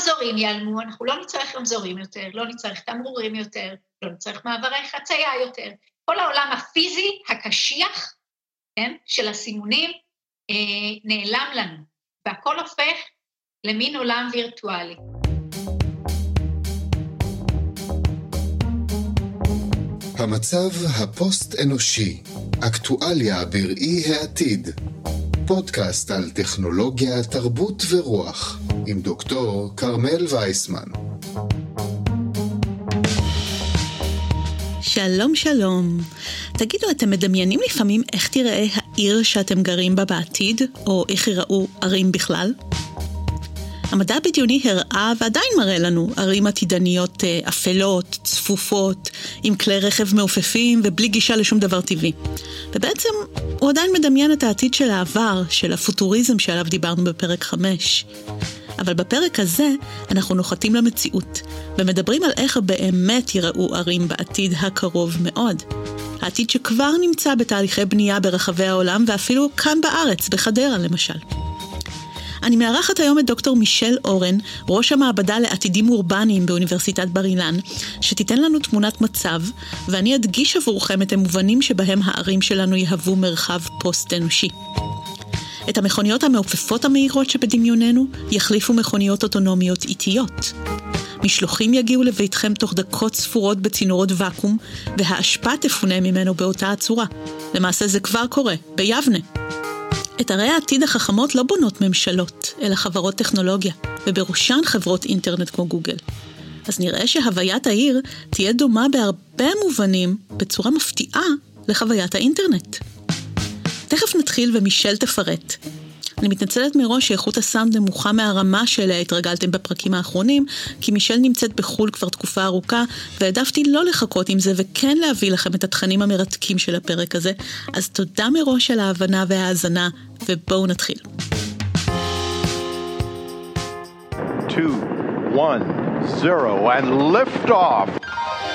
הרמזורים ייעלמו, אנחנו לא נצטרך רמזורים יותר, לא נצטרך תמרורים יותר, לא נצטרך מעברי חצייה יותר. כל העולם הפיזי, הקשיח, כן, של הסימונים, נעלם לנו, והכל הופך למין עולם וירטואלי. המצב הפוסט-אנושי, אקטואליה בראי העתיד. פודקאסט על טכנולוגיה, תרבות ורוח, עם דוקטור קרמל וייסמן. שלום שלום. תגידו, אתם מדמיינים לפעמים איך תיראה העיר שאתם גרים בה בעתיד, או איך יראו ערים בכלל? המדע הבדיוני הראה ועדיין מראה לנו ערים עתידניות אפלות, צפופות, עם כלי רכב מעופפים ובלי גישה לשום דבר טבעי. ובעצם הוא עדיין מדמיין את העתיד של העבר, של הפוטוריזם שעליו דיברנו בפרק 5. אבל בפרק הזה אנחנו נוחתים למציאות, ומדברים על איך באמת ייראו ערים בעתיד הקרוב מאוד. העתיד שכבר נמצא בתהליכי בנייה ברחבי העולם, ואפילו כאן בארץ, בחדרה למשל. אני מארחת היום את דוקטור מישל אורן, ראש המעבדה לעתידים אורבניים באוניברסיטת בר אילן, שתיתן לנו תמונת מצב, ואני אדגיש עבורכם את המובנים שבהם הערים שלנו יהוו מרחב פוסט-אנושי. את המכוניות המעופפות המהירות שבדמיוננו יחליפו מכוניות אוטונומיות איטיות. משלוחים יגיעו לביתכם תוך דקות ספורות בצינורות וקום, והאשפה תפונה ממנו באותה הצורה. למעשה זה כבר קורה, ביבנה. את ערי העתיד החכמות לא בונות ממשלות, אלא חברות טכנולוגיה, ובראשן חברות אינטרנט כמו גוגל. אז נראה שהוויית העיר תהיה דומה בהרבה מובנים, בצורה מפתיעה, לחוויית האינטרנט. תכף נתחיל ומישל תפרט. אני מתנצלת מראש שאיכות הסאונד נמוכה מהרמה שאליה התרגלתם בפרקים האחרונים, כי מישל נמצאת בחול כבר תקופה ארוכה, והעדפתי לא לחכות עם זה וכן להביא לכם את התכנים המרתקים של הפרק הזה. אז תודה מראש על ההבנה וההאזנה, ובואו נתחיל. 2, 1, 0 and lift off.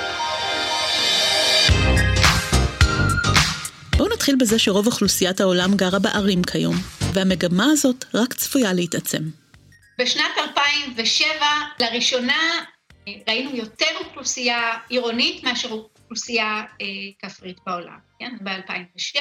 בואו נתחיל בזה שרוב אוכלוסיית העולם גרה בערים כיום, והמגמה הזאת רק צפויה להתעצם. בשנת 2007, לראשונה, ראינו יותר אוכלוסייה עירונית מאשר אוכלוסייה כפרית בעולם. כן? ב-2007,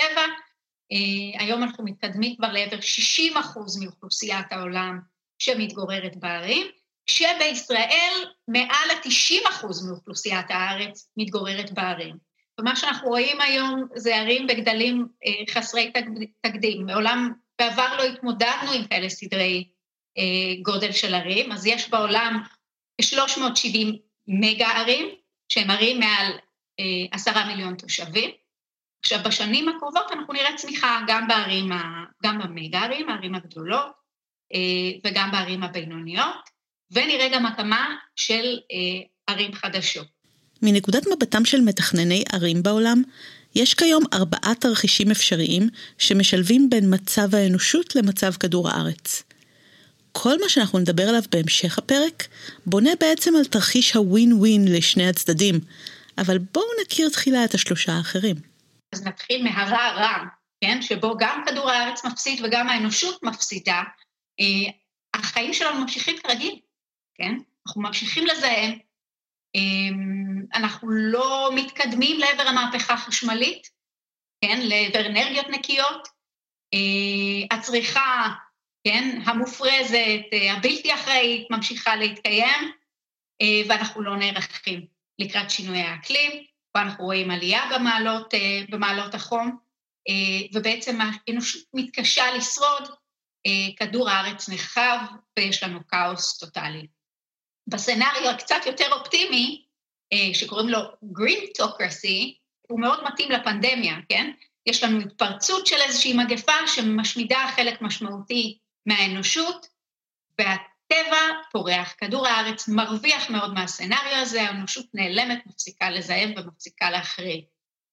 היום אנחנו מתקדמים כבר לעבר 60% מאוכלוסיית העולם שמתגוררת בערים, כשבישראל מעל 90% מאוכלוסיית הארץ מתגוררת בערים. ומה שאנחנו רואים היום זה ערים בגדלים חסרי תקדים. מעולם בעבר לא התמודדנו עם כאלה סדרי גודל של ערים, אז יש בעולם 370 מגה ערים, שהם ערים מעל 10 מיליון תושבים. עכשיו, בשנים הקרובות אנחנו נראה צמיחה גם במגה ערים, הערים הגדולות, וגם בערים הבינוניות, ונראה גם הקמה של ערים חדשות. מנקודת מבטם של מתכנני ערים בעולם, יש כיום 4 תרחישים אפשריים שמשלבים בין מצב האנושות למצב כדור הארץ. כל מה שאנחנו נדבר עליו בהמשך הפרק, בונה בעצם על תרחיש הווין-ווין לשני הצדדים, אבל בואו נכיר תחילה את 3 האחרים. אז נתחיל מהרע, כן? שבו גם כדור הארץ מפסיד וגם האנושות מפסידה. החיים שלנו ממשיכים כרגיל, כן? אנחנו ממשיכים לזהם, אנחנו לא מתקדמים לעבר המהפכה החשמלית, כן, לעבר אנרגיות נקיות, הצריכה, כן, המופרזת, הבלתי אחראית, ממשיכה להתקיים, ואנחנו לא נערכים לקראת שינוי האקלים, ואנחנו רואים עלייה במעלות החום, ובעצם האנושות מתקשה לשרוד, כדור הארץ נחרב, ויש לנו כאוס טוטלי. בסצנריו הקצת יותר אופטימי, שקוראים לו Greentocracy, הוא מאוד מתאים לפנדמיה, כן? יש לנו התפרצות של איזושהי מגפה שמשמידה חלק משמעותי מהאנושות, והטבע פורח, כדור הארץ מרוויח מאוד מהסצנריו הזה, האנושות נעלמת, מפסיקה לזהם ומפסיקה להחריב.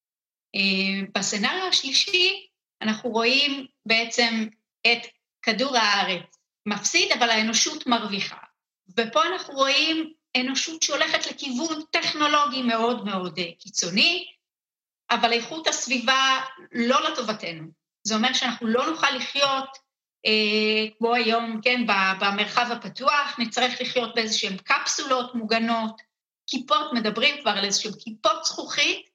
בסצנריו השלישי, אנחנו רואים בעצם את כדור הארץ מפסיד, אבל האנושות מרוויחה. ופה אנחנו רואים אנושות שהולכת לכיוון טכנולוגי מאוד מאוד קיצוני, אבל איכות הסביבה לא לטובתנו. זה אומר שאנחנו לא נוכל לחיות כמו היום, כן, במרחב הפתוח, נצטרך לחיות באיזשהם קפסולות מוגנות, כיפות, מדברים כבר על איזשהם כיפות זכוכית,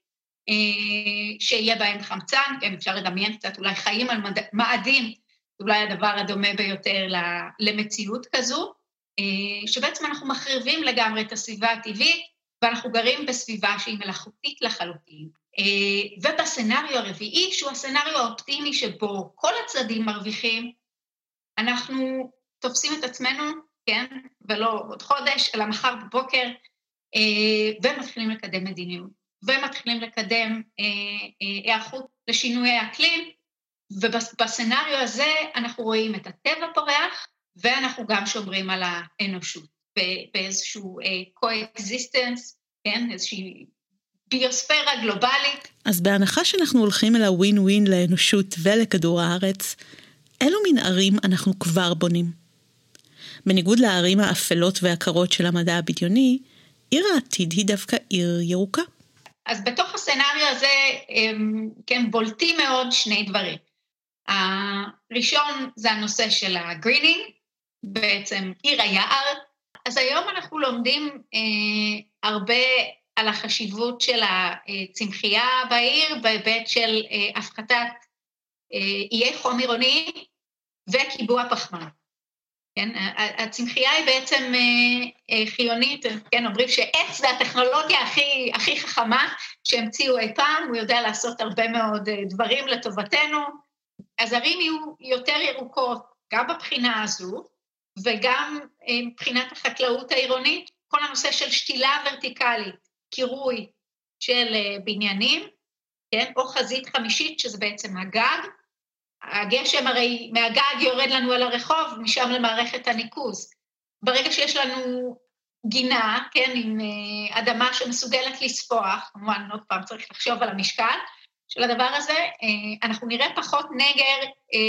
שיהיה בהן חמצן, כן, אפשר לדמיין קצת, אולי חיים על מאדים, אולי הדבר הדומה ביותר למציאות כזו, שבעצם אנחנו מחריבים לגמרי את הסביבה הטבעית, ואנחנו גרים בסביבה שהיא מלאכותית לחלוטין. ובסצנריו הרביעי, שהוא הסצנריו האופטימי שבו כל הצדדים מרוויחים, אנחנו תופסים את עצמנו, כן, ולא עוד חודש, אלא מחר בבוקר, ומתחילים לקדם מדיניות, ומתחילים לקדם היערכות לשינוי האקלים, ובסצנריו הזה אנחנו רואים את הטבע פורח, ואנחנו גם שומרים על האנושות, באיזשהו co-existence, כן, איזושהי ביוספירה גלובלית. אז בהנחה שאנחנו הולכים אל הווין-ווין לאנושות ולכדור הארץ, אילו מין ערים אנחנו כבר בונים? בניגוד לערים האפלות והקרות של המדע הבדיוני, עיר העתיד היא דווקא עיר ירוקה. אז בתוך הסצנריו הזה, כן, בולטים מאוד שני דברים. הראשון זה הנושא של הגרינינג, בעצם עיר היער. אז היום אנחנו לומדים הרבה על החשיבות של הצמחייה בעיר, בהיבט של הפחתת איי חום עירוני וקיבוע פחמן. כן, הצמחייה היא בעצם חיונית, כן, אומרים שעץ זה הטכנולוגיה הכי חכמה שהמציאו אי פעם, הוא יודע לעשות הרבה מאוד דברים לטובתנו, אז ערים יהיו יותר ירוקות גם בבחינה הזו, וגם מבחינת החקלאות העירונית, כל הנושא של שתילה ורטיקלית, קירוי של בניינים, כן, או חזית חמישית שזה בעצם הגג, הגשם הרי מהגג יורד לנו על הרחוב, משם למערכת הניקוז. ברגע שיש לנו גינה, כן, עם אדמה שמסוגלת לספוח, כמובן עוד פעם צריך לחשוב על המשקל של הדבר הזה, אנחנו נראה פחות נגר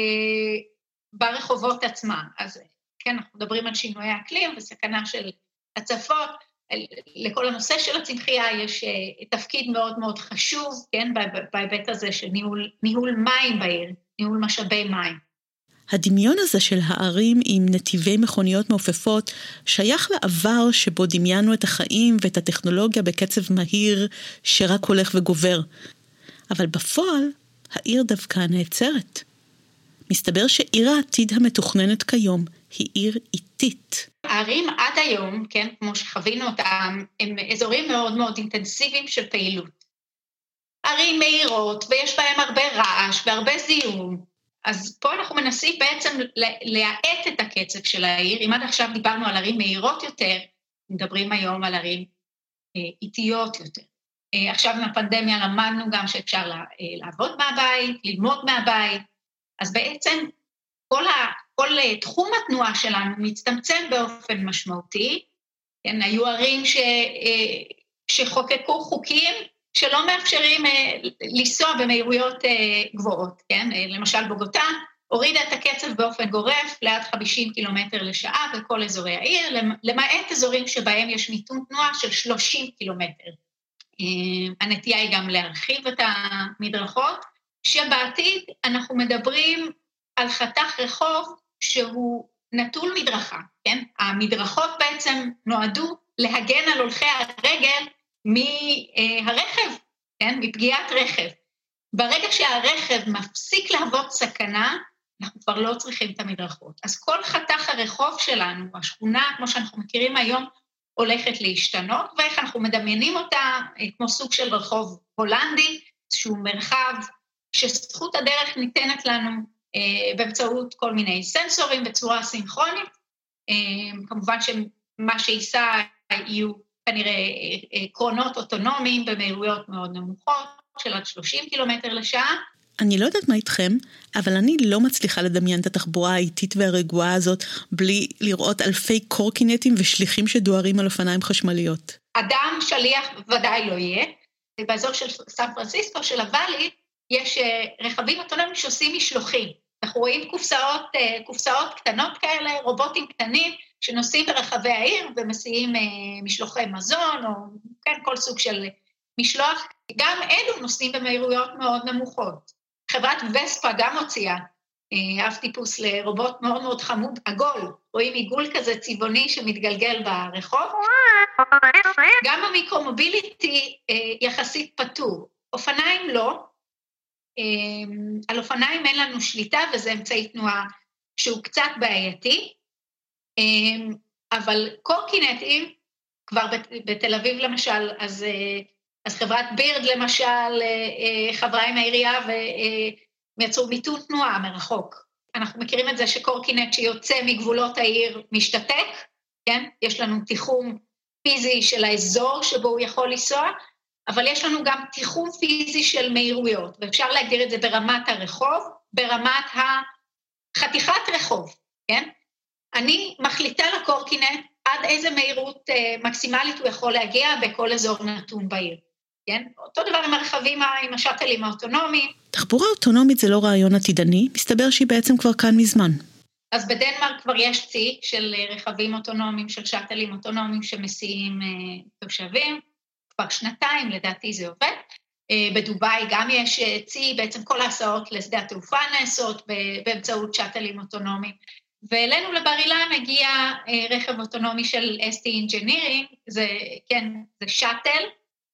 ברחובות עצמם. אז כן, אנחנו מדברים על שינוי האקלים וסכנה של הצפות, לכל הנושא של הצמחייה יש תפקיד מאוד מאוד חשוב, כן, בהיבט הזה של ניהול מים בעיר. ניהול משאבי מים. הדמיון הזה של הערים עם נתיבי מכוניות מעופפות שייך לעבר שבו דמיינו את החיים ואת הטכנולוגיה בקצב מהיר שרק הולך וגובר. אבל בפועל העיר דווקא נעצרת. מסתבר שעיר העתיד המתוכננת כיום היא עיר איטית. הערים עד היום, כן, כמו שחווינו אותם, הם אזורים מאוד מאוד אינטנסיביים של פעילות. ערים מהירות, ויש בהם הרבה רעש והרבה זיהום. אז פה אנחנו מנסים בעצם להאט את הקצב של העיר. אם עד עכשיו דיברנו על ערים מהירות יותר, מדברים היום על ערים איטיות יותר. עכשיו מהפנדמיה למדנו גם שאפשר לעבוד מהבית, ללמוד מהבית. אז בעצם כל תחום התנועה שלנו מצטמצם באופן משמעותי. כן, היו ערים שחוקקו חוקים, שלא מאפשרים לנסוע במהירויות גבוהות, כן? למשל בוגוטה, הורידה את הקצב באופן גורף, ליד 50 קילומטר לשעה בכל אזורי העיר, למעט אזורים שבהם יש מיתון תנועה של 30 קילומטר. הנטייה היא גם להרחיב את המדרכות, שבעתיד אנחנו מדברים על חתך רחוב שהוא נטול מדרכה, כן? המדרכות בעצם נועדו להגן על הולכי הרגל, מהרכב, כן? מפגיעת רכב. ברגע שהרכב מפסיק להוות סכנה, אנחנו כבר לא צריכים את המדרכות. אז כל חתך הרחוב שלנו, השכונה, כמו שאנחנו מכירים היום, הולכת להשתנות, ואיך אנחנו מדמיינים אותה, כמו סוג של רחוב הולנדי, שהוא מרחב שזכות הדרך ניתנת לנו באמצעות כל מיני סנסורים בצורה סינכרונית, כמובן שמה שייסע יהיו כנראה קרונות אוטונומיים במהירויות מאוד נמוכות, של עד 30 קילומטר לשעה. אני לא יודעת מה איתכם, אבל אני לא מצליחה לדמיין את התחבורה האיטית והרגועה הזאת, בלי לראות אלפי קורקינטים ושליחים שדוהרים על אופניים חשמליות. אדם שליח ודאי לא יהיה. באזור של סן פרנסיסקו, של הוואלי, יש רכבים אוטונומיים שעושים משלוחים. אנחנו רואים קופסאות קטנות כאלה, רובוטים קטנים, שנוסעים ברחבי העיר ומסיעים משלוחי מזון, או כן, כל סוג של משלוח. גם אלו נוסעים במהירויות מאוד נמוכות. חברת וספה גם הוציאה אב טיפוס לרובוט מאוד מאוד חמוד, עגול, רואים עיגול כזה צבעוני שמתגלגל ברחוב. גם המיקרו-מוביליטי יחסית פטור. אופניים לא, על אופניים אין לנו שליטה, וזה אמצעי תנועה שהוא קצת בעייתי, אבל קורקינטים, כבר בתל אביב למשל, אז חברת בירד למשל, חברה עם העירייה ויצרו מיתון תנועה מרחוק. אנחנו מכירים את זה שקורקינט שיוצא מגבולות העיר משתתק, כן? יש לנו תיחום פיזי של האזור שבו הוא יכול לנסוע, אבל יש לנו גם תיחום פיזי של מהירויות, ואפשר להגדיר את זה ברמת הרחוב, ברמת חתיכת רחוב, כן? אני מחליטה לקורקינט עד איזה מהירות מקסימלית הוא יכול להגיע בכל אזור נתון בעיר, כן? אותו דבר עם הרכבים, עם השאטלים האוטונומיים. תחבורה אוטונומית זה לא רעיון עתידני, מסתבר שהיא בעצם כבר כאן מזמן. אז בדנמרק כבר יש צי של רכבים אוטונומיים, של שאטלים אוטונומיים שמסיעים תושבים, כבר שנתיים לדעתי זה עובד. בדובאי גם יש צי, בעצם כל ההסעות לשדה התעופה נעשות באמצעות שאטלים אוטונומיים. ואלינו לבר אילן הגיע רכב אוטונומי של ST Engineering, זה שאטל,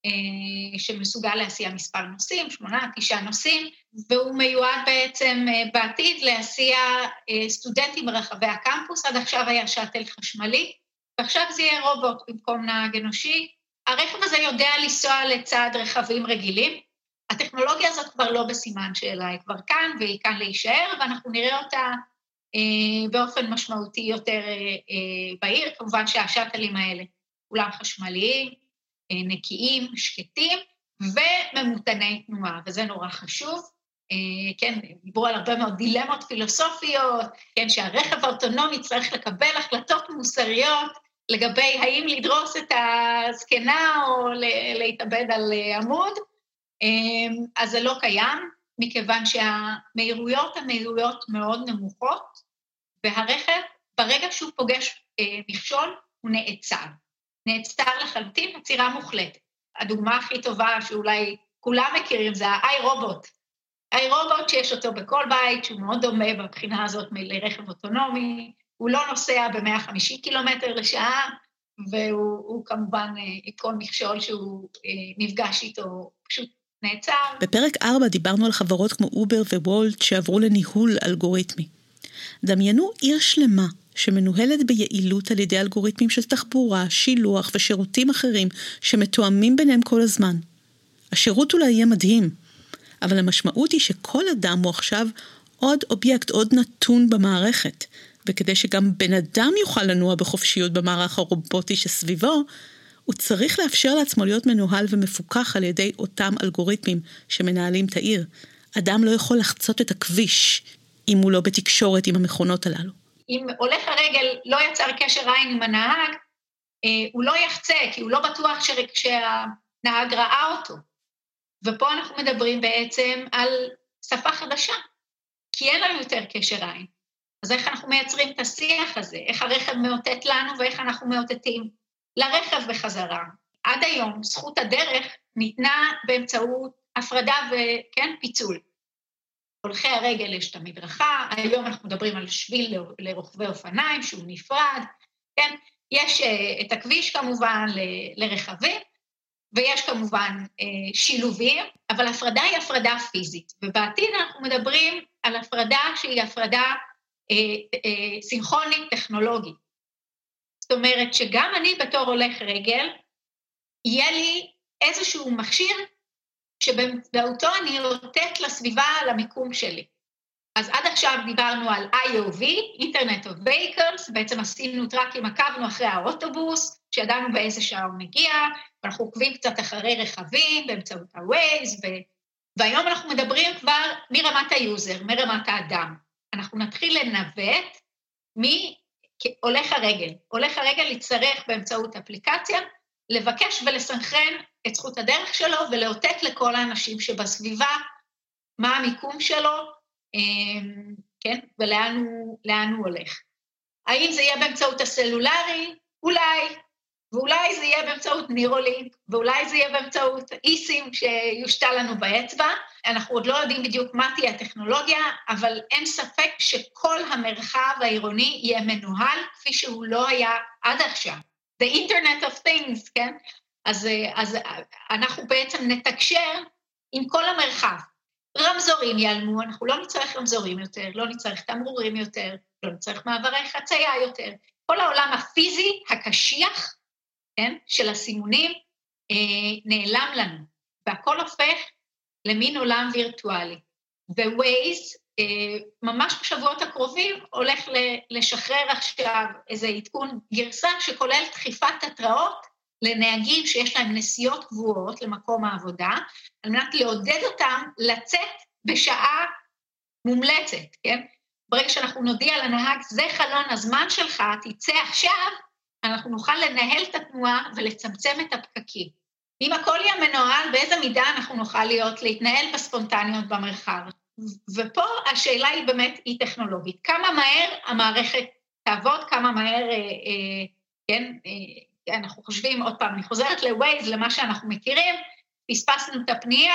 שמסוגל להסיע מספר נוסעים, 8-9 נוסעים, והוא מיועד בעצם בעתיד להסיע סטודנטים ברחבי הקמפוס, עד עכשיו היה שאטל חשמלי, ועכשיו זה יהיה רובוט במקום נהג אנושי. הרכב הזה יודע לנסוע לצד רכבים רגילים, הטכנולוגיה הזאת כבר לא בסימן שאלה, היא כבר כאן והיא כאן להישאר, ואנחנו נראה אותה באופן משמעותי יותר בעיר, כמובן שהשאטלים האלה כולם חשמליים, נקיים, שקטים, וממותני תנועה, וזה נורא חשוב. כן, דיברו על הרבה מאוד דילמות פילוסופיות, כן, שהרכב האוטונומי צריך לקבל החלטות מוסריות, לגבי האם לדרוס את הזקנה או להתאבד על עמוד, אז זה לא קיים, מכיוון שהמהירויות מאוד נמוכות, והרכב, ברגע שהוא פוגש מכשול, הוא נעצר לחלוטין, עצירה מוחלטת. הדוגמה הכי טובה שאולי כולם מכירים זה האי-רובוט. האי-רובוט שיש אותו בכל בית, שהוא מאוד דומה בבחינה הזאת לרכב אוטונומי, הוא לא נוסע ב-150 קילומטר לשעה, והוא כמובן כל מכשול שהוא נפגש איתו פשוט נעצר. בפרק 4 דיברנו על חברות כמו אובר ווולט שעברו לניהול אלגוריתמי. דמיינו עיר שלמה שמנוהלת ביעילות על ידי אלגוריתמים של תחבורה, שילוח ושירותים אחרים שמתואמים ביניהם כל הזמן. השירות אולי יהיה מדהים, אבל המשמעות היא שכל אדם הוא עכשיו עוד אובייקט, עוד נתון במערכת, וכדי שגם בן אדם יוכל לנוע בחופשיות במערך הרובוטי שסביבו, הוא צריך לאפשר לעצמו להיות מנוהל ומפוקח על ידי אותם אלגוריתמים שמנהלים את העיר. אדם לא יכול לחצות את הכביש אם הוא לא בתקשורת עם המכונות הללו. אם הולך הרגל לא יצר קשר עין עם הנהג, הוא לא יחצה, כי הוא לא בטוח שהנהג ראה אותו. ופה אנחנו מדברים בעצם על שפה חדשה, כי אין לנו יותר קשר עין. אז איך אנחנו מייצרים את השיח הזה? איך הרכב מאותת לנו ואיך אנחנו מאותתים לרכב בחזרה? עד היום זכות הדרך ניתנה באמצעות הפרדה וכן, פיצול. הולכי הרגל יש את המדרכה, היום אנחנו מדברים על שביל לרוכבי אופניים שהוא נפרד, כן? יש את הכביש כמובן לרכבים, ויש כמובן שילובים, אבל הפרדה היא הפרדה פיזית, ובעתיד אנחנו מדברים על הפרדה שהיא הפרדה סינכרונית טכנולוגית. זאת אומרת שגם אני בתור הולך רגל, יהיה לי איזשהו מכשיר שבאותו אני נותנת לסביבה למיקום שלי. אז עד עכשיו דיברנו על IOV, Internet of Vehicles, בעצם עשינו טרקים, עקבנו אחרי האוטובוס, שידענו באיזה שעה הוא מגיע, ואנחנו עוקבים קצת אחרי רכבים באמצעות ה-Waze, והיום אנחנו מדברים כבר מרמת היוזר, מרמת האדם. אנחנו נתחיל לנווט הולך הרגל. הולך הרגל יצטרך באמצעות אפליקציה, לבקש ולסנכרן את זכות הדרך שלו, ולאותת לכל האנשים שבסביבה, מה המיקום שלו, כן? ולאן הוא הולך. האם זה יהיה באמצעות הסלולרי? אולי, ואולי זה יהיה באמצעות נירולינק, ואולי זה יהיה באמצעות איסים שיושתל לנו באצבע. אנחנו עוד לא יודעים בדיוק מה תהיה הטכנולוגיה, אבל אין ספק שכל המרחב העירוני יהיה מנוהל, כפי שהוא לא היה עד עכשיו. The Internet of Things, כן? אז אנחנו בעצם נתקשר עם כל המרחב. רמזורים ייעלמו, אנחנו לא נצטרך רמזורים יותר, לא נצטרך תמרורים יותר, לא נצטרך מעברי חצייה יותר. כל העולם הפיזי, הקשיח, כן, של הסימונים, נעלם לנו, והכל הופך למין עולם וירטואלי. ו-Waze, ממש בשבועות הקרובים, הולך לשחרר עכשיו איזה עדכון גרסה, שכולל דחיפת התראות לנהגים שיש להם נסיעות קבועות למקום העבודה, על מנת לעודד אותם לצאת בשעה מומלצת, כן? ברגע שאנחנו נודיע לנהג, זה חלון הזמן שלך, תצא עכשיו, אנחנו נוכל לנהל את התנועה ולצמצם את הפקקים. אם הכל יהיה מנוהל, באיזה מידה אנחנו נוכל להתנהל בספונטניות במרחב. ופה השאלה היא באמת, היא טכנולוגית. כמה מהר המערכת תעבוד, כמה מהר, כן, אנחנו חושבים, עוד פעם, אני חוזרת ל-Waze, למה שאנחנו מכירים, פספסנו את הפנייה,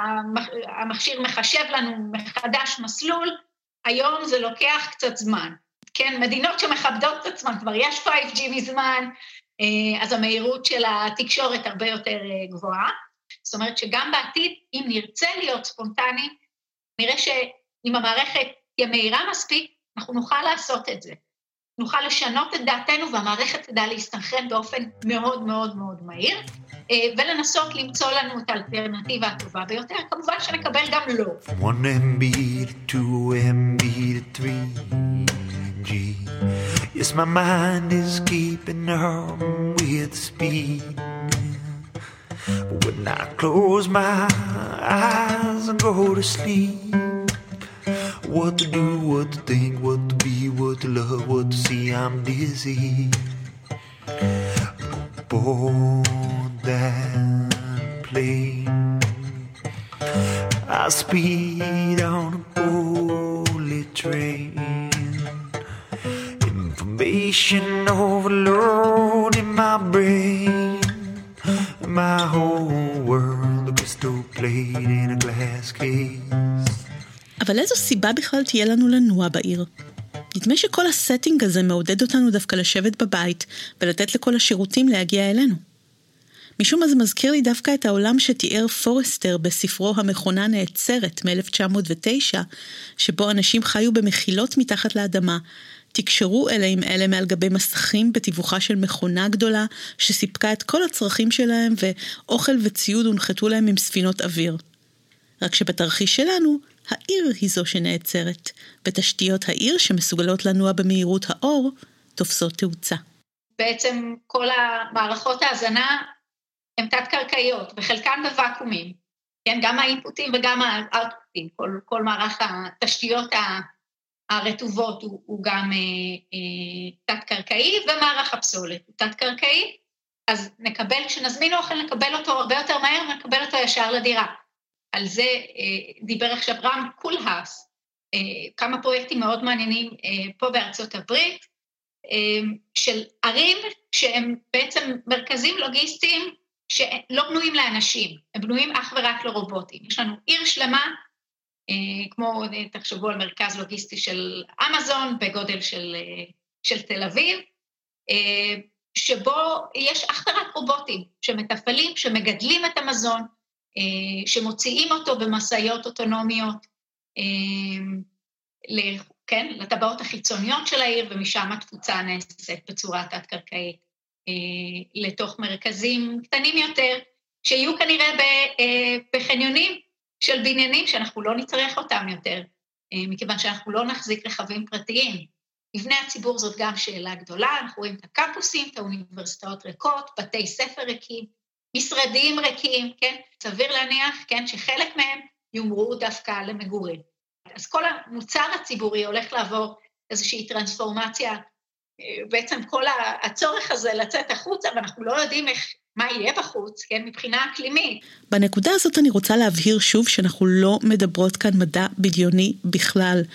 והמכשיר מחשב לנו מחדש מסלול, היום זה לוקח קצת זמן. כן, מדינות שמכבדות את עצמן, כבר יש 5G מזמן, אז המהירות של התקשורת הרבה יותר גבוהה. זאת אומרת שגם בעתיד, אם נרצה להיות ספונטני, נראה שאם המערכת תהיה מהירה מספיק, אנחנו נוכל לעשות את זה. נוכל לשנות את דעתנו, והמערכת תדע להסתנכרן באופן מאוד מאוד מאוד מהיר, ולנסות למצוא לנו את האלטרנטיבה הטובה ביותר, כמובן שנקבל גם לא. 1MB to 2MB to 3G. Yes, my mind is keeping up with the speed. But when I close my eyes and go to sleep, what to do, what to think, what to be, what to love, what to see, I'm dizzy. Board that plane, I speed on a bullet train. Information overload in my brain. My whole world a crystal plate in a glass case. אבל איזו סיבה בכלל תהיה לנו לנוע בעיר? נדמה שכל הסטינג הזה מעודד אותנו דווקא לשבת בבית ולתת לכל השירותים להגיע אלינו. משום מה זה מזכיר לי דווקא את העולם שתיאר פורסטר בספרו המכונה נעצרת מ-1909, שבו אנשים חיו במחילות מתחת לאדמה, תקשרו אלה עם אלה מעל גבי מסכים בתיווכה של מכונה גדולה שסיפקה את כל הצרכים שלהם, ואוכל וציוד הונחתו להם עם ספינות אוויר. רק שבתרחיש שלנו, העיר היא זו שנעצרת, ותשתיות העיר שמסוגלות לנוע במהירות האור תופסות תאוצה. בעצם כל המערכות ההזנה הן תת-קרקעיות, וחלקן בוואקומים, כן? גם האינפוטים וגם האוטפוטים, כל מערך התשתיות הרטובות הוא גם תת-קרקעי, ומערך הפסולת הוא תת-קרקעי, אז נקבל, כשנזמין אוכל, נקבל אותו הרבה יותר מהר, ונקבל אותו ישר לדירה. על זה דיבר עכשיו רם קולהאס, כמה פרויקטים מאוד מעניינים פה בארצות הברית, של ערים שהם בעצם מרכזים לוגיסטיים שלא בנויים לאנשים, הם בנויים אך ורק לרובוטים. יש לנו עיר שלמה, כמו תחשבו על מרכז לוגיסטי של אמזון, בגודל של תל אביב, שבו יש אך ורק רובוטים שמטפלים, שמגדלים את המזון, שמוציאים אותו במשאיות אוטונומיות, כן, לטבעות החיצוניות של העיר, ומשם התפוצה נעשית בצורה תת-קרקעית, לתוך מרכזים קטנים יותר, שיהיו כנראה בחניונים של בניינים שאנחנו לא נצטרך אותם יותר, מכיוון שאנחנו לא נחזיק רכבים פרטיים. מבני הציבור זאת גם שאלה גדולה, אנחנו רואים את הקמפוסים, את האוניברסיטאות ריקות, בתי ספר ריקים, משרדים ריקים, כן? סביר להניח, כן, שחלק מהם יומרו דווקא למגורים. אז כל המוצר הציבורי הולך לעבור איזושהי טרנספורמציה, בעצם כל הצורך הזה לצאת החוצה, ואנחנו לא יודעים מה יהיה בחוץ, כן, מבחינה אקלימית. בנקודה הזאת אני רוצה להבהיר שוב שאנחנו לא מדברות כאן מדע בדיוני בכלל.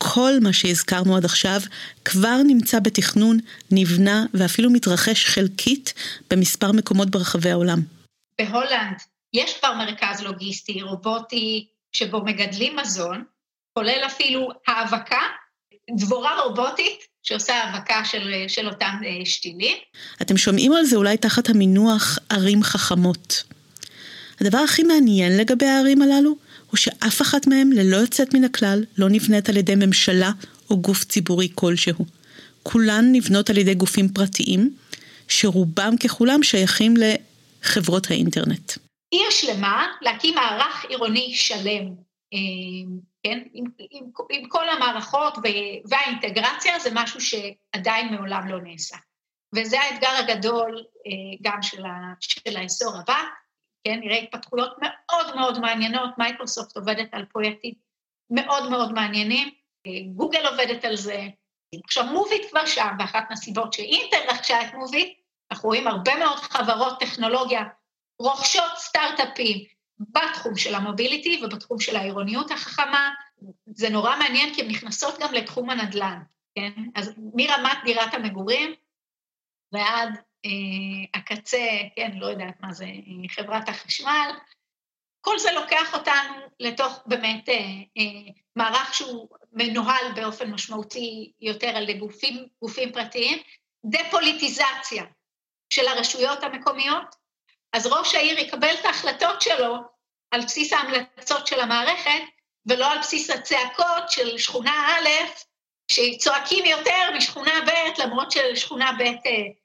כל מה שהזכרנו עד עכשיו כבר נמצא בתכנון, נבנה ואפילו מתרחש חלקית במספר מקומות ברחבי העולם. בהולנד יש כבר מרכז לוגיסטי, רובוטי, שבו מגדלים מזון, כולל אפילו האבקה, דבורה רובוטית שעושה האבקה של אותם שתילים. אתם שומעים על זה אולי תחת המינוח ערים חכמות. הדבר הכי מעניין לגבי הערים הללו, הוא שאף אחת מהם ללא יוצאת מן הכלל לא נבנית על ידי ממשלה או גוף ציבורי כלשהו. כולן נבנות על ידי גופים פרטיים, שרובם ככולם שייכים לחברות האינטרנט. עיר שלמה, להקים מערך עירוני שלם, כן? עם כל המערכות והאינטגרציה, זה משהו שעדיין מעולם לא נעשה. וזה האתגר הגדול גם של העשור הבא, כן? נראה התפתחויות מאוד מאוד מעניינות, מייקרוסופט עובדת על פרויקטים מאוד מאוד מעניינים, גוגל עובדת על זה, עכשיו מוביט כבר שם, ואחת מהסיבות שאינטל רכשה את מוביט, אנחנו רואים הרבה מאוד חברות טכנולוגיה, רוכשות סטארט-אפים בתחום של המוביליטי ובתחום של העירוניות החכמה, זה נורא מעניין כי הן נכנסות גם לתחום הנדל"ן, כן? אז מרמת דירת המגורים ועד הקצה, כן, לא יודעת מה זה, חברת החשמל, כל זה לוקח אותנו לתוך באמת מערך שהוא מנוהל באופן משמעותי יותר על גופים פרטיים, דפוליטיזציה של הרשויות המקומיות, אז ראש העיר יקבל את ההחלטות שלו על בסיס ההמלצות של המערכת, ולא על בסיס הצעקות של שכונה א', שצועקים יותר משכונה ב', למרות ששכונה ב'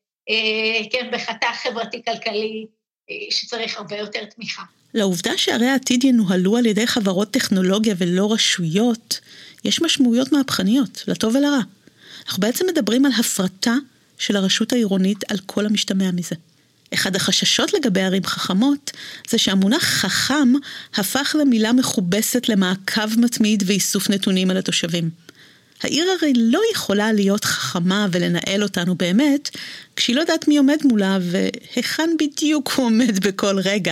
כן, בחתך חברתי-כלכלי, שצריך הרבה יותר תמיכה. לעובדה שערי העתיד ינוהלו על ידי חברות טכנולוגיה ולא רשויות, יש משמעויות מהפכניות, לטוב ולרע. אנחנו בעצם מדברים על הפרטה של הרשות העירונית על כל המשתמע מזה. אחד החששות לגבי ערים חכמות, זה שהמונח חכם הפך למילה מכובסת למעקב מתמיד ואיסוף נתונים על התושבים. העיר הרי לא יכולה להיות חכמה ולנהל אותנו באמת, כשהיא לא יודעת מי עומד מולה והיכן בדיוק הוא עומד בכל רגע.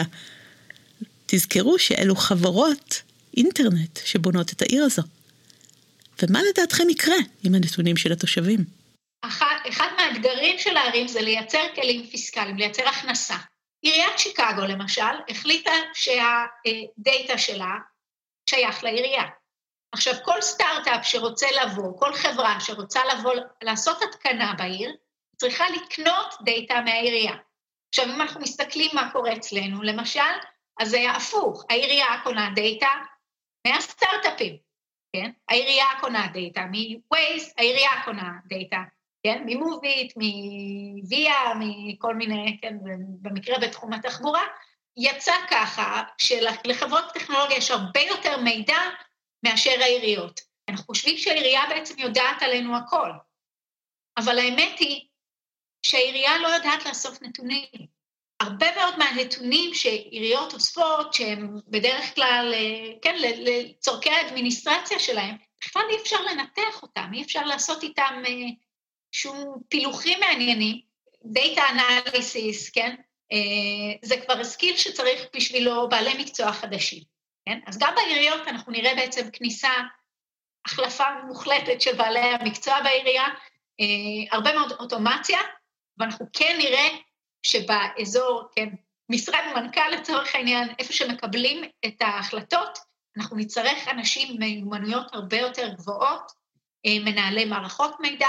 תזכרו שאלו חברות אינטרנט שבונות את העיר הזו. ומה לדעתכם יקרה עם הנתונים של התושבים? אחד מהאתגרים של הערים זה לייצר כלים פיסקליים, לייצר הכנסה. עיריית שיקגו למשל החליטה שהדאטה שלה שייך לעירייה. עכשיו כל סטארט-אפ שרוצה לבוא, כל חברה שרוצה לבוא לעשות התקנה בעיר, צריכה לקנות דאטה מהעירייה. עכשיו אם אנחנו מסתכלים מה קורה אצלנו, למשל, אז זה הפוך, העירייה קונה דאטה מהסטארט-אפים, כן? העירייה קונה דאטה מווייז, העירייה קונה דאטה, כן? ממוביט, מוויה, מכל מיני, כן? במקרה בתחום התחבורה, יצא ככה שלחברות טכנולוגיה יש הרבה יותר מידע מאשר העיריות. אנחנו חושבים שהעירייה בעצם יודעת עלינו הכל, אבל האמת היא שהעירייה לא יודעת לאסוף נתונים. הרבה מאוד מהנתונים שעיריות אוספות, שהם בדרך כלל, כן, לצורכי האדמיניסטרציה שלהם, בכלל אי אפשר לנתח אותם, אי אפשר לעשות איתם שום פילוחים מעניינים, data analysis, כן? זה כבר סקיל שצריך בשבילו בעלי מקצוע חדשים, כן? אז גם בעיריות אנחנו נראה בעצם כניסה, החלפה מוחלטת של בעלי המקצוע בעירייה, הרבה מאוד אוטומציה, ואנחנו כן נראה שבאזור, כן, משרד ומנכ"ל לצורך העניין, איפה שמקבלים את ההחלטות, אנחנו נצטרך אנשים עם מיומנויות הרבה יותר גבוהות, מנהלי מערכות מידע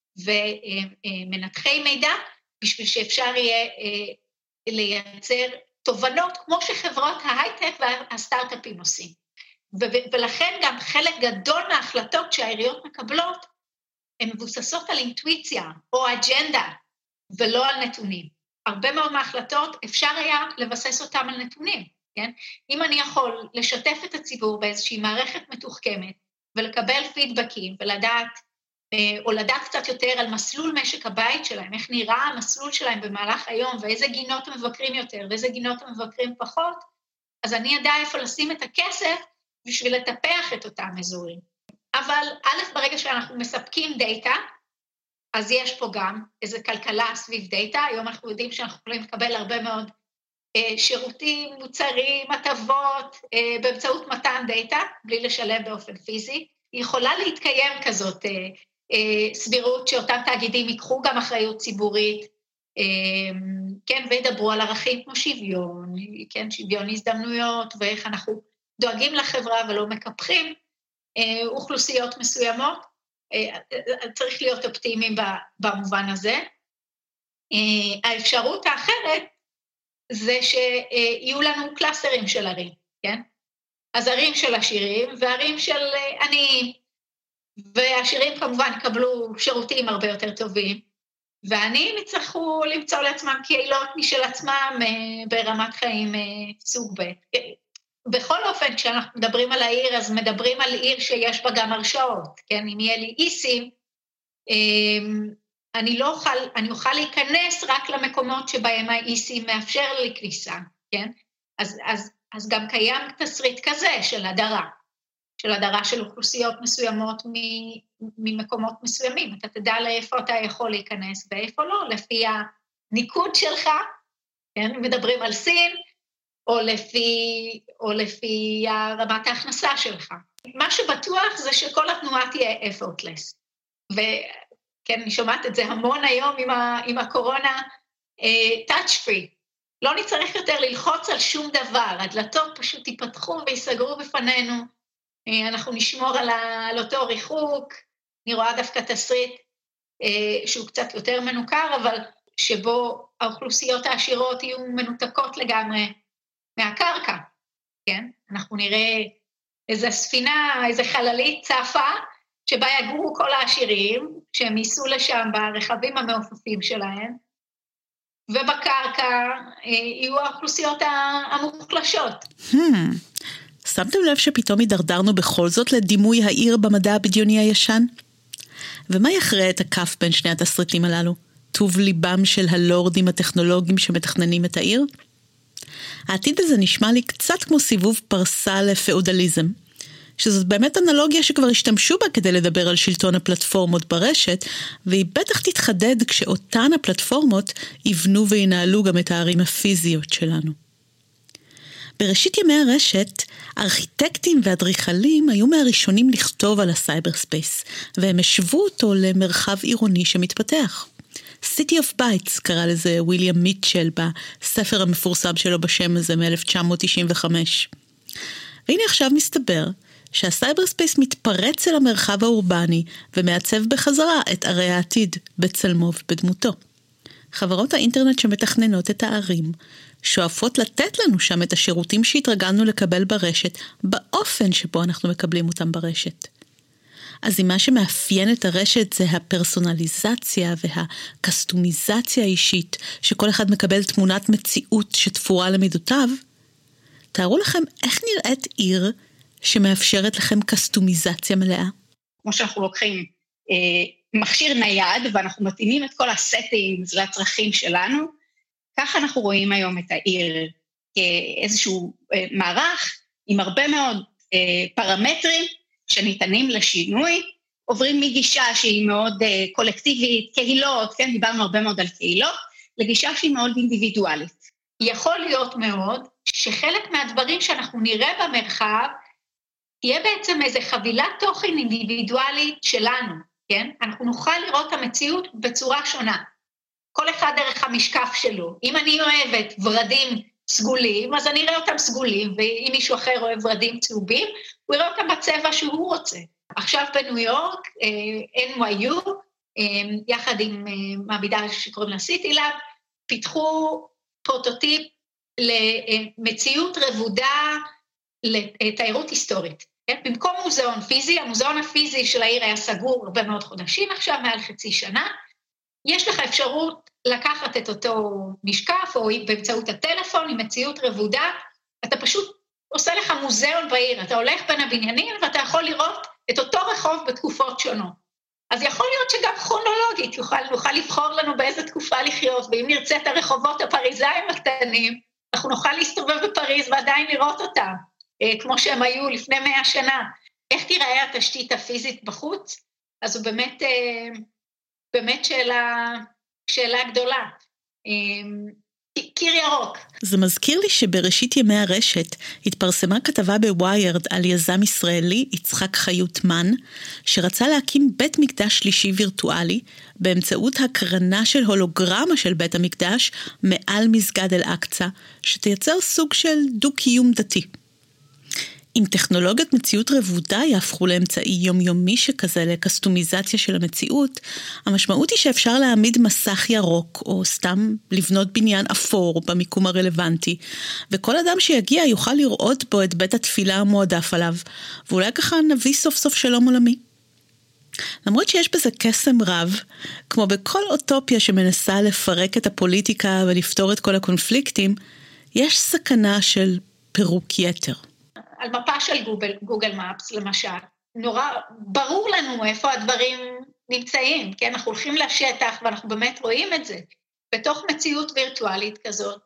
ומנתחי מידע, בשביל שאפשר יהיה לייצר תובנות, כמו שחברות ההייטק והסטארט-אפים עושים. ולכן גם חלק גדול מההחלטות שהעיריות מקבלות, הן מבוססות על אינטואיציה או אג'נדה, ולא על נתונים. הרבה מאוד מההחלטות אפשר היה לבסס אותם על נתונים, כן? אם אני יכול לשתף את הציבור באיזושהי מערכת מתוחכמת, ולקבל פידבקים, ולדעת, או לדעת קצת יותר על מסלול משק הבית שלהם, איך נראה המסלול שלהם במהלך היום, ואיזה גינות הם מבקרים יותר, ואיזה גינות הם מבקרים פחות, אז אני יודע איפה לשים את הכסף, בשביל לטפח את אותם אזורים. אבל א', ברגע שאנחנו מספקים דאטה, אז יש פה גם איזו כלכלה סביב דאטה, היום אנחנו יודעים שאנחנו יכולים לקבל הרבה מאוד שירותים, מוצרים, הטבות, באמצעות מתן דאטה, בלי לשלם באופן פיזי, יכולה להתקיים כזאת סבירות שאותם תאגידים ייקחו גם אחריות ציבורית, כן, וידברו על ערכים כמו שוויון, כן, שוויון הזדמנויות, ואיך אנחנו דואגים לחברה ולא מקפחים אוכלוסיות מסוימות. צריך להיות אופטימיים במובן הזה. האפשרות האחרת זה שיהיו לנו קלאסטרים של ערים, כן? אז ערים של עשירים וערים של עניים, והעשירים כמובן יקבלו שירותים הרבה יותר טובים, והעניים יצטרכו למצוא לעצמם קהילות משל עצמם ברמת חיים סוג ב'. בכל אופן, כשאנחנו מדברים על העיר, אז מדברים על עיר שיש בה גם הרשאות, כן? אם יהיה לי איסים, אני אוכל להיכנס רק למקומות שבהם האיסים מאפשר לי כניסה, כן? אז גם קיים תסריט כזה של הדרה של אוכלוסיות מסוימות ממקומות מסוימים. אתה תדע לאיפה אתה יכול להיכנס ואיפה לא, לפי הניקוד שלך, כן? מדברים על סין, או לפי רמת ההכנסה שלך. מה שבטוח זה שכל התנועה תהיה effortless. וכן, אני שומעת את זה המון היום עם הקורונה, touch free. לא נצטרך יותר ללחוץ על שום דבר, הדלתות פשוט ייפתחו ויסגרו בפנינו, אנחנו נשמור על אותו ריחוק, אני רואה דווקא תסריט שהוא קצת יותר מנוכר, אבל שבו האוכלוסיות העשירות יהיו מנותקות לגמרי מהקרקע, כן? אנחנו נראה איזו ספינה, איזו חללית צפה, שבה יגורו כל העשירים, שהם ייסעו לשם ברכבים המעופפים שלהם, ובקרקע יהיו האוכלוסיות המוחלשות. שמתם לב שפתאום הידרדרנו בכל זאת לדימוי העיר במדע הבדיוני הישן? ומה יכריע את הכף בין שני התסריטים הללו? טוב ליבם של הלורדים הטכנולוגיים שמתכננים את העיר? העתיד הזה נשמע לי קצת כמו סיבוב פרסה לפאודליזם, שזאת באמת אנלוגיה שכבר השתמשו בה כדי לדבר על שלטון הפלטפורמות ברשת, והיא בטח תתחדד כשאותן הפלטפורמות יבנו וינהלו גם את הערים הפיזיות שלנו. בראשית ימי הרשת, הארכיטקטים והאדריכלים היו מהראשונים לכתוב על הסייבר ספייס, והם השוו אותו למרחב עירוני שמתפתח. City of Bytes קרא לזה וויליאם מיטשל בספר המפורסם שלו בשם הזה מ-1995. והנה עכשיו מסתבר שהסייבר ספייס מתפרץ אל המרחב האורבני ומעצב בחזרה את ערי העתיד בצלמו ובדמותו. חברות האינטרנט שמתכננות את הערים שואפות לתת לנו שם את השירותים שהתרגלנו לקבל ברשת באופן שבו אנחנו מקבלים אותם ברשת. אז אם מה שמאפיין את הרשת זה הפרסונליזציה והקסטומיזציה האישית, שכל אחד מקבל תמונת מציאות שתפורה למידותיו, תארו לכם איך נראית עיר שמאפשרת לכם קסטומיזציה מלאה. כמו שאנחנו לוקחים מכשיר נייד, ואנחנו מתאימים את כל הסטינגס לצרכים שלנו, ככה אנחנו רואים היום את העיר כאיזשהו מערך עם הרבה מאוד פרמטרים שניתנים לשינוי, עוברים מגישה שהיא מאוד קולקטיבית, קהילות, כן, דיברנו הרבה מאוד על קהילות, לגישה שהיא מאוד אינדיבידואלית. יכול להיות מאוד שחלק מהדברים שאנחנו נראה במרחב, תהיה בעצם איזו חבילת תוכן אינדיבידואלית שלנו, כן? אנחנו נוכל לראות את המציאות בצורה שונה. כל אחד דרך המשקף שלו. אם אני אוהבת ורדים סגולים, אז אני אראה אותם סגולים, ואם מישהו אחר אוהב ורדים צהובים, הוא יראה אותם בצבע שהוא רוצה. עכשיו בניו יורק, NYU, יחד עם מעבדה שקוראים לה סיטי לאב, פיתחו פרוטוטיפ למציאות רבודה לתיירות היסטורית. כן? במקום מוזיאון פיזי, המוזיאון הפיזי של העיר היה סגור הרבה מאוד חודשים, עכשיו מעל חצי שנה, יש לך אפשרות לקחת את אותו משקף, או באמצעות הטלפון, עם מציאות רבודה, אתה פשוט עושה לך מוזיאון בעיר, אתה הולך בין הבניינים, ואתה יכול לראות את אותו רחוב בתקופות שונות. אז יכול להיות שגם כרונולוגית, נוכל לבחור לנו באיזה תקופה לחיות, ואם נרצה את הרחובות הפריזאים הקטנים, אנחנו נוכל להסתובב בפריז ועדיין לראות אותם, כמו שהם היו לפני 100 שנה. איך תיראה התשתית הפיזית בחוץ? אז הוא באמת שאלה גדולה. קיר ירוק. זה מזכיר לי שבראשית ימי הרשת התפרסמה כתבה בוויירד על יזם ישראלי, יצחק חיוטמן, שרצה להקים בית מקדש שלישי וירטואלי, באמצעות הקרנה של הולוגרמה של בית המקדש מעל מסגד אל-אקצא, שתייצר סוג של דו-קיום דתי. אם טכנולוגיות מציאות רבודה יהפכו לאמצעי יומיומי שכזה לקסטומיזציה של המציאות, המשמעות היא שאפשר להעמיד מסך ירוק, או סתם לבנות בניין אפור במיקום הרלוונטי, וכל אדם שיגיע יוכל לראות בו את בית התפילה המועדף עליו, ואולי ככה נביא סוף סוף שלום עולמי. למרות שיש בזה קסם רב, כמו בכל אוטופיה שמנסה לפרק את הפוליטיקה ולפתור את כל הקונפליקטים, יש סכנה של פירוק יתר. על מפה של גוגל מפס, למשל, נורא ברור לנו איפה הדברים נמצאים, כי אנחנו הולכים לשטח ואנחנו באמת רואים את זה. בתוך מציאות וירטואלית כזאת,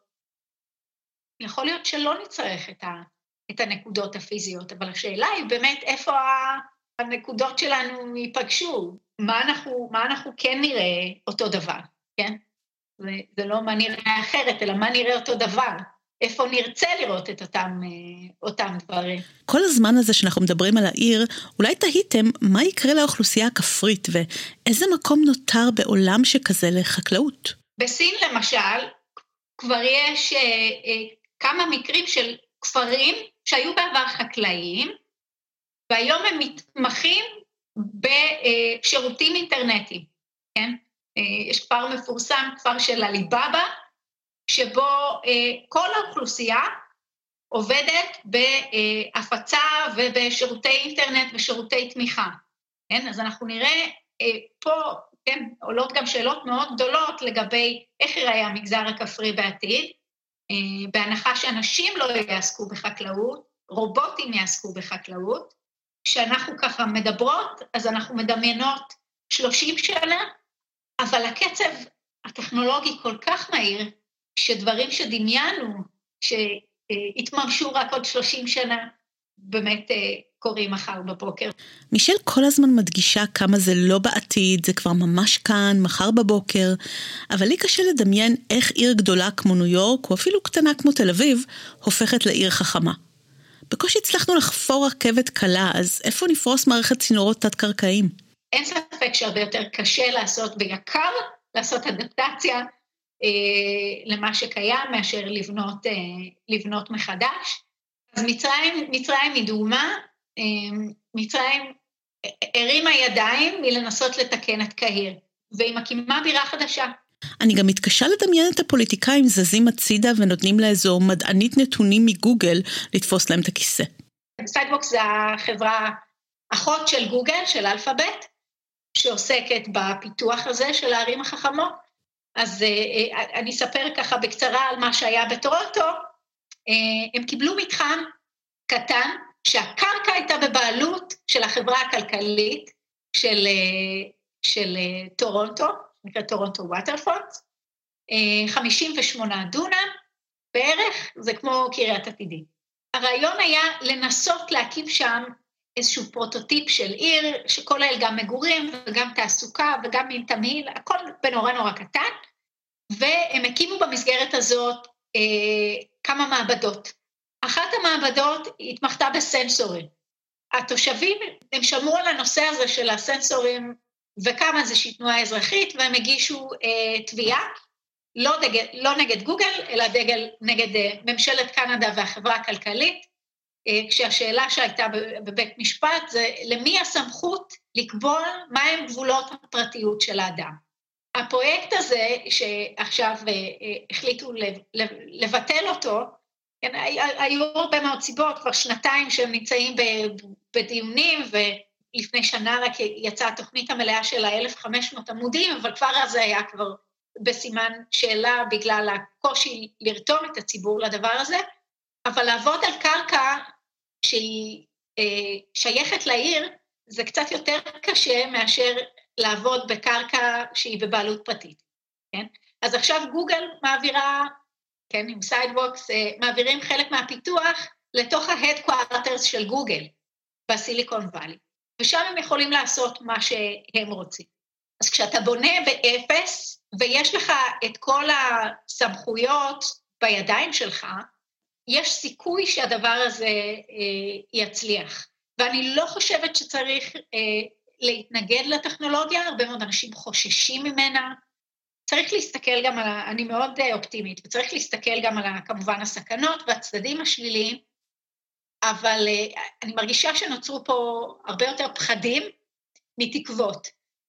יכול להיות שלא נצטרך את הנקודות הפיזיות, אבל השאלה היא באמת איפה הנקודות שלנו ייפגשו, מה אנחנו כן נראה אותו דבר, כן? זה לא מה נראה אחרת, אלא מה נראה אותו דבר. איפה נרצה לראות את אותם דברים. כל הזמן הזה שאנחנו מדברים על העיר, אולי תהיתם מה יקרה לאוכלוסייה הכפרית, ואיזה מקום נותר בעולם שכזה לחקלאות? בסין למשל, כבר יש כמה מקרים של כפרים שהיו בעבר חקלאיים, והיום הם מתמחים בשירותים אינטרנטיים, כן? יש כפר מפורסם, כפר של אליבאבא, שבו כל האוכלוסייה עובדת בהפצה ובשירותי אינטרנט ושירותי תמיכה. כן? אז אנחנו נראה פה, כן, עולות גם שאלות מאוד גדולות לגבי איך ייראה המגזר הכפרי בעתיד, בהנחה שאנשים לא יעסקו בחקלאות, רובוטים יעסקו בחקלאות. כשאנחנו ככה מדברות, אז אנחנו מדמיינות 30 שנה, אבל הקצב הטכנולוגי כל כך מהיר, שדברים שדמיינו, שהתממשו רק עוד 30 שנה, באמת קורים מחר בבוקר. מישל כל הזמן מדגישה כמה זה לא בעתיד, זה כבר ממש כאן, מחר בבוקר, אבל לי קשה לדמיין איך עיר גדולה כמו ניו יורק, או אפילו קטנה כמו תל אביב, הופכת לעיר חכמה. בקושי הצלחנו לחפור רכבת קלה, אז איפה נפרוס מערכת צינורות תת-קרקעיים? אין ספק שהרבה יותר קשה לעשות ויקר, לעשות אדפטציה, למה שקיים, מאשר לבנות מחדש. אז מצרים היא דוגמה, מצרים הרימה ידיים מלנסות לתקן את קהיר, והיא מקימה בירה חדשה. אני גם מתקשה לדמיין את הפוליטיקאים זזים הצידה ונותנים לאיזו מדענית נתונים מגוגל לתפוס להם את הכיסא. סיידבוקס זה החברה אחות של גוגל, של אלפאבית, שעוסקת בפיתוח הזה של הערים החכמות. אז אני אספר ככה בקצרה על מה שהיה בטורונטו. הם קיבלו מתחם קטן, שהקרקע הייתה בבעלות של החברה הכלכלית של טורונטו, נקרא טורונטו ווטרפרונט, 58 דונם בערך, זה כמו קריית עתידים. הרעיון היה לנסות להקים שם איזשהו פרוטוטיפ של עיר, שכולל גם מגורים וגם תעסוקה וגם מין תמהיל, הכל בנורא נורא קטן, והם הקימו במסגרת הזאת כמה מעבדות. אחת המעבדות התמחתה בסנסורים. התושבים, הם שמעו על הנושא הזה של הסנסורים, וכמה זה תנועה אזרחית, והם הגישו תביעה, לא נגד גוגל, אלא נגד ממשלת קנדה והחברה הכלכלית, כשהשאלה שהייתה בבית משפט זה למי הסמכות לקבוע מהם גבולות הפרטיות של האדם. הפרויקט הזה שעכשיו החליטו לבטל אותו, היו הרבה מאוד סיבות, כבר שנתיים שהם נמצאים בדיונים, ולפני שנה רק יצאה התוכנית המלאה של 1,500 עמודים, אבל כבר אז היה כבר בסימן שאלה בגלל הקושי לרתום את הציבור לדבר הזה, אבל לעבוד על קרקע שהיא שייכת לעיר, זה קצת יותר קשה מאשר לעבוד בקרקע שהיא בבעלות פרטית, כן? אז עכשיו גוגל מעבירה, כן, עם סיידבוקס, מעבירים חלק מהפיתוח לתוך ההדקוארטרס של גוגל, בסיליקון ואלי, ושם הם יכולים לעשות מה שהם רוצים. אז כשאתה בונה באפס, ויש לך את כל הסמכויות בידיים שלך, יש סיכוי שהדבר הזה יצליח. ואני לא חושבת שצריך להתנגד לטכנולוגיה, הרבה מאוד אנשים חוששים ממנה, צריך להסתכל גם אני מאוד אופטימית, וצריך להסתכל גם על כמובן הסכנות והצדדים השליליים, אבל אני מרגישה שנוצרו פה הרבה יותר פחדים מתקוות,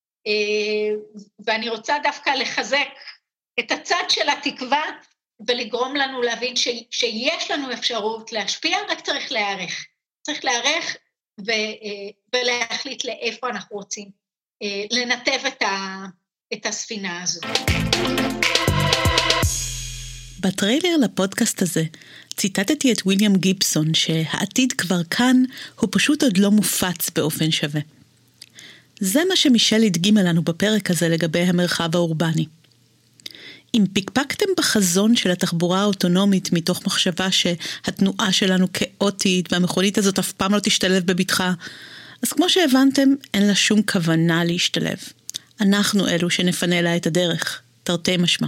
ואני רוצה דווקא לחזק את הצד של התקווה, ולגרום לנו להבין שיש לנו אפשרות להשפיע, רק צריך להיערך. צריך להיערך ולהחליט לאיפה אנחנו רוצים לנתב את הספינה הזו. בטריילר לפודקאסט הזה ציטטתי את ויליאם גיבסון שהעתיד כבר כאן, הוא פשוט עוד לא מופץ באופן שווה. זה מה שמישל הדגים לנו בפרק הזה לגבי המרחב האורבני. אם פיקפקתם בחזון של התחבורה האוטונומית מתוך מחשבה שהתנועה שלנו כאוטית והמכונית הזאת אף פעם לא תשתלב בבטחה, אז כמו שהבנתם, אין לה שום כוונה להשתלב. אנחנו אלו שנפנה לה את הדרך, תרתי משמע.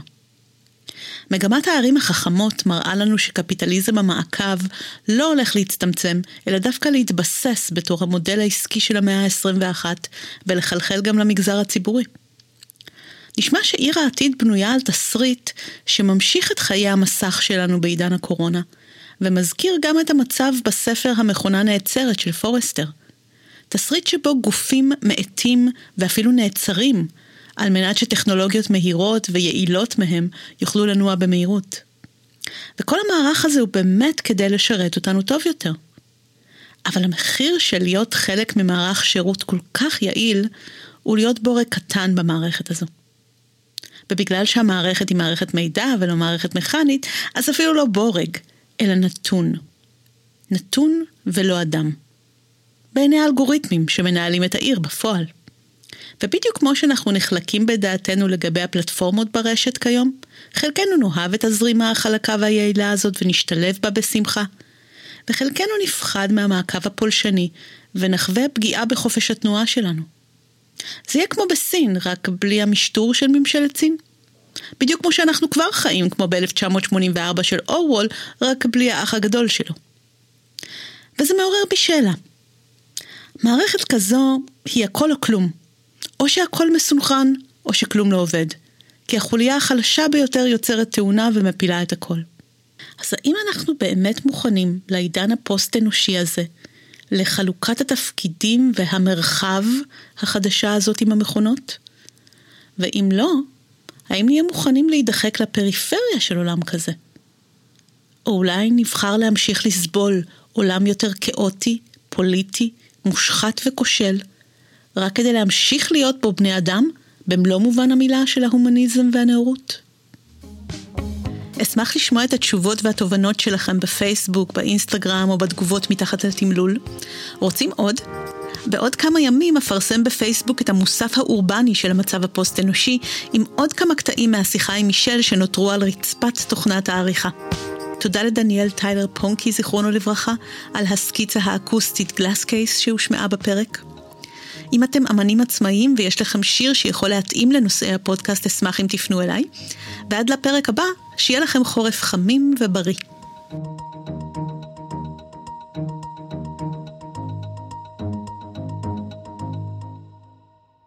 מגמת הערים החכמות מראה לנו שקפיטליזם המעקב לא הולך להצטמצם, אלא דווקא להתבסס בתור המודל העסקי של המאה ה-21 ולחלחל גם למגזר הציבורי. נשמע שעיר העתיד בנויה על תסריט שממשיך את חיי המסך שלנו בעידן הקורונה, ומזכיר גם את המצב בספר המכונה נעצרת של פורסטר. תסריט שבו גופים מאטים ואפילו נעצרים, על מנת שטכנולוגיות מהירות ויעילות מהם יוכלו לנוע במהירות. וכל המערך הזה הוא באמת כדי לשרת אותנו טוב יותר. אבל המחיר של להיות חלק ממערך שירות כל כך יעיל, הוא להיות בורג קטן במערכת הזו. ובגלל שהמערכת היא מערכת מידע ולא מערכת מכנית, אז אפילו לא בורג, אלא נתון. נתון ולא אדם. בעיני האלגוריתמים שמנהלים את העיר בפועל. ובדיוק כמו שאנחנו נחלקים בדעתנו לגבי הפלטפורמות ברשת כיום, חלקנו נאהב את הזרימה החלקה והיעילה הזאת ונשתלב בה בשמחה, וחלקנו נפחד מהמעקב הפולשני ונחווה פגיעה בחופש התנועה שלנו. זה יהיה כמו בסין, רק בלי המשטור של ממשלת סין. בדיוק כמו שאנחנו כבר חיים, כמו ב-1984 של אורוול, רק בלי האח הגדול שלו. וזה מעורר בי שאלה. מערכת כזו היא הכל או כלום. או שהכל מסונכרן, או שכלום לא עובד. כי החוליה החלשה ביותר יוצרת תאונה ומפילה את הכל. אז האם אנחנו באמת מוכנים לעידן הפוסט-אנושי הזה, לחלוקת התפקידים והמרחב החדשה הזאת עם המכונות? ואם לא, האם נהיה מוכנים להידחק לפריפריה של עולם כזה? או אולי נבחר להמשיך לסבול עולם יותר כאוטי, פוליטי, מושחת וכושל, רק כדי להמשיך להיות בו בני אדם, במלוא מובן המילה של ההומניזם והנאורות? אשמח לשמוע את התשובות והתובנות שלכם בפייסבוק, באינסטגרם או בתגובות מתחת לתמלול. רוצים עוד? בעוד כמה ימים אפרסם בפייסבוק את המוסף האורבני של המצב הפוסט-אנושי, עם עוד כמה קטעים מהשיחה עם מישל שנותרו על רצפת תוכנת העריכה. תודה לדניאל טיילר פונקי, זיכרונו לברכה, על הסקיצה האקוסטית גלאס קייס שהושמעה בפרק. אם אתם אמנים עצמאיים ויש לכם שיר שיכול להתאים לנושאי הפודקאסט, אשמח אם תפנו אליי. ועד לפרק הבא, שיהיה לכם חורף חמים ובריא.